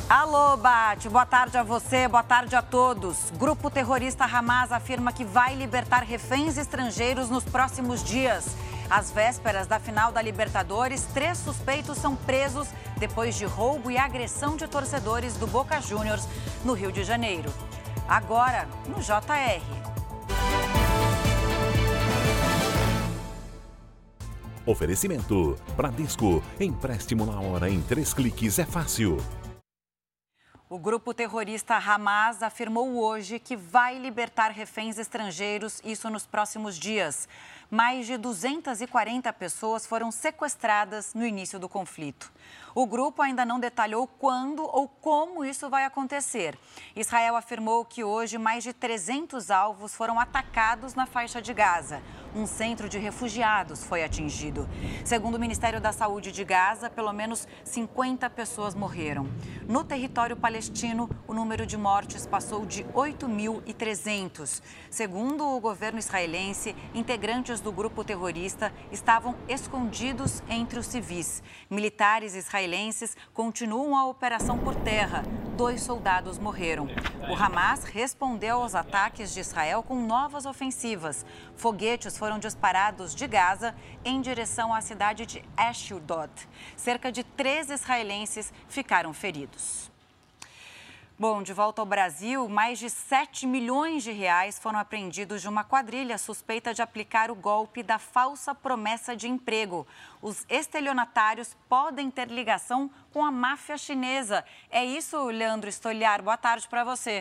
Alô, Bate. Boa tarde a você, boa tarde a todos. Grupo terrorista Hamas afirma que vai libertar reféns estrangeiros nos próximos dias. Às vésperas da final da Libertadores, 3 suspeitos são presos depois de roubo e agressão de torcedores do Boca Juniors no Rio de Janeiro. Agora, no JR. Oferecimento: Bradesco. Empréstimo na hora em 3 cliques é fácil. O grupo terrorista Hamas afirmou hoje que vai libertar reféns estrangeiros, isso nos próximos dias. Mais de 240 pessoas foram sequestradas no início do conflito. O grupo ainda não detalhou quando ou como isso vai acontecer. Israel afirmou que hoje mais de 300 alvos foram atacados na faixa de Gaza. Um centro de refugiados foi atingido. Segundo o Ministério da Saúde de Gaza, pelo menos 50 pessoas morreram. No território palestino, o número de mortes passou de 8.300. Segundo o governo israelense, integrantes do grupo terrorista estavam escondidos entre os civis. Militares israelenses continuam a operação por terra. 2 soldados morreram. O Hamas respondeu aos ataques de Israel com novas ofensivas. Foguetes foram disparados de Gaza em direção à cidade de Ashdod. Cerca de 3 israelenses ficaram feridos. Bom, de volta ao Brasil, mais de 7 milhões de reais foram apreendidos de uma quadrilha suspeita de aplicar o golpe da falsa promessa de emprego. Os estelionatários podem ter ligação com a máfia chinesa. É isso, Leandro Stoliar. Boa tarde para você.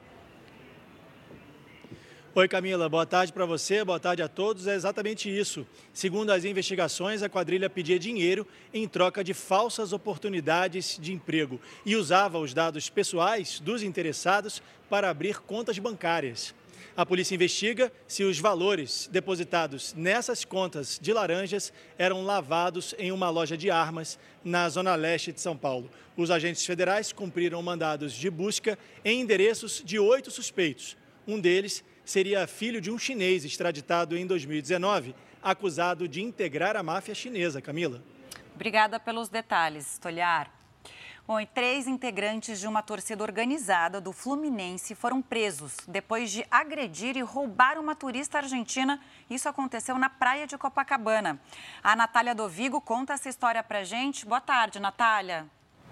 Oi, Camila. Boa tarde para você, boa tarde a todos. É exatamente isso. Segundo as investigações, a quadrilha pedia dinheiro em troca de falsas oportunidades de emprego e usava os dados pessoais dos interessados para abrir contas bancárias. A polícia investiga se os valores depositados nessas contas de laranjas eram lavados em uma loja de armas na zona leste de São Paulo. Os agentes federais cumpriram mandados de busca em endereços de 8 suspeitos. Um deles seria filho de um chinês extraditado em 2019, acusado de integrar a máfia chinesa. Camila. Obrigada pelos detalhes, Stoliar. Bom, e 3 integrantes de uma torcida organizada do Fluminense foram presos depois de agredir e roubar uma turista argentina. Isso aconteceu na praia de Copacabana. A Natália Dovigo conta essa história pra gente. Boa tarde, Natália.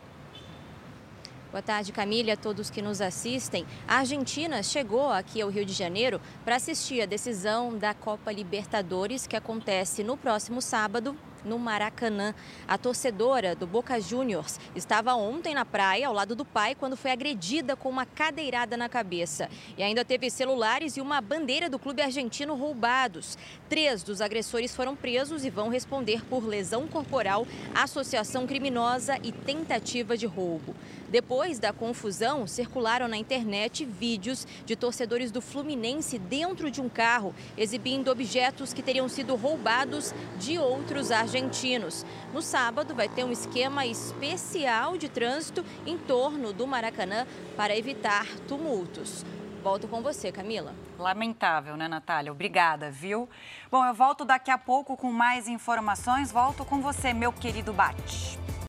Boa tarde, Camila, e a todos que nos assistem. A Argentina chegou aqui ao Rio de Janeiro para assistir a decisão da Copa Libertadores, que acontece no próximo sábado, no Maracanã. A torcedora do Boca Juniors estava ontem na praia, ao lado do pai, quando foi agredida com uma cadeirada na cabeça. E ainda teve celulares e uma bandeira do clube argentino roubados. 3 dos agressores foram presos e vão responder por lesão corporal, associação criminosa e tentativa de roubo. Depois da confusão, circularam na internet vídeos de torcedores do Fluminense dentro de um carro, exibindo objetos que teriam sido roubados de outros argentinos. No sábado, vai ter um esquema especial de trânsito em torno do Maracanã para evitar tumultos. Volto com você, Camila. Lamentável, né, Natália? Obrigada, viu? Bom, eu volto daqui a pouco com mais informações. Volto com você, meu querido Bate.